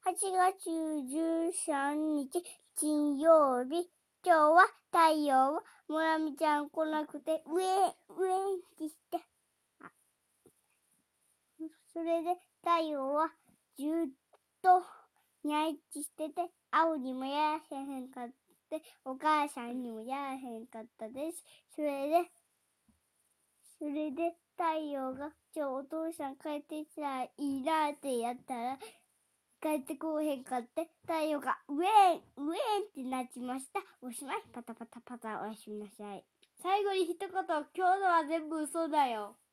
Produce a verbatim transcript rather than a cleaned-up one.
はちがつじゅうさんにち金曜日。今日は太陽はもなみちゃん来なくてウェンウェンってして、あそれで太陽はずっとにゃいちしてて、青にもやらへんかって、お母さんにもやらへんかったです。それでそれで太陽がじゃあお父さん帰ってきたらいいなってやったら帰ってこうへんかって、太陽がウェーンウェーンってなちました。おしまい。パタパタパタ。おやすみなさい。最後に一言、今日のは全部嘘だよ。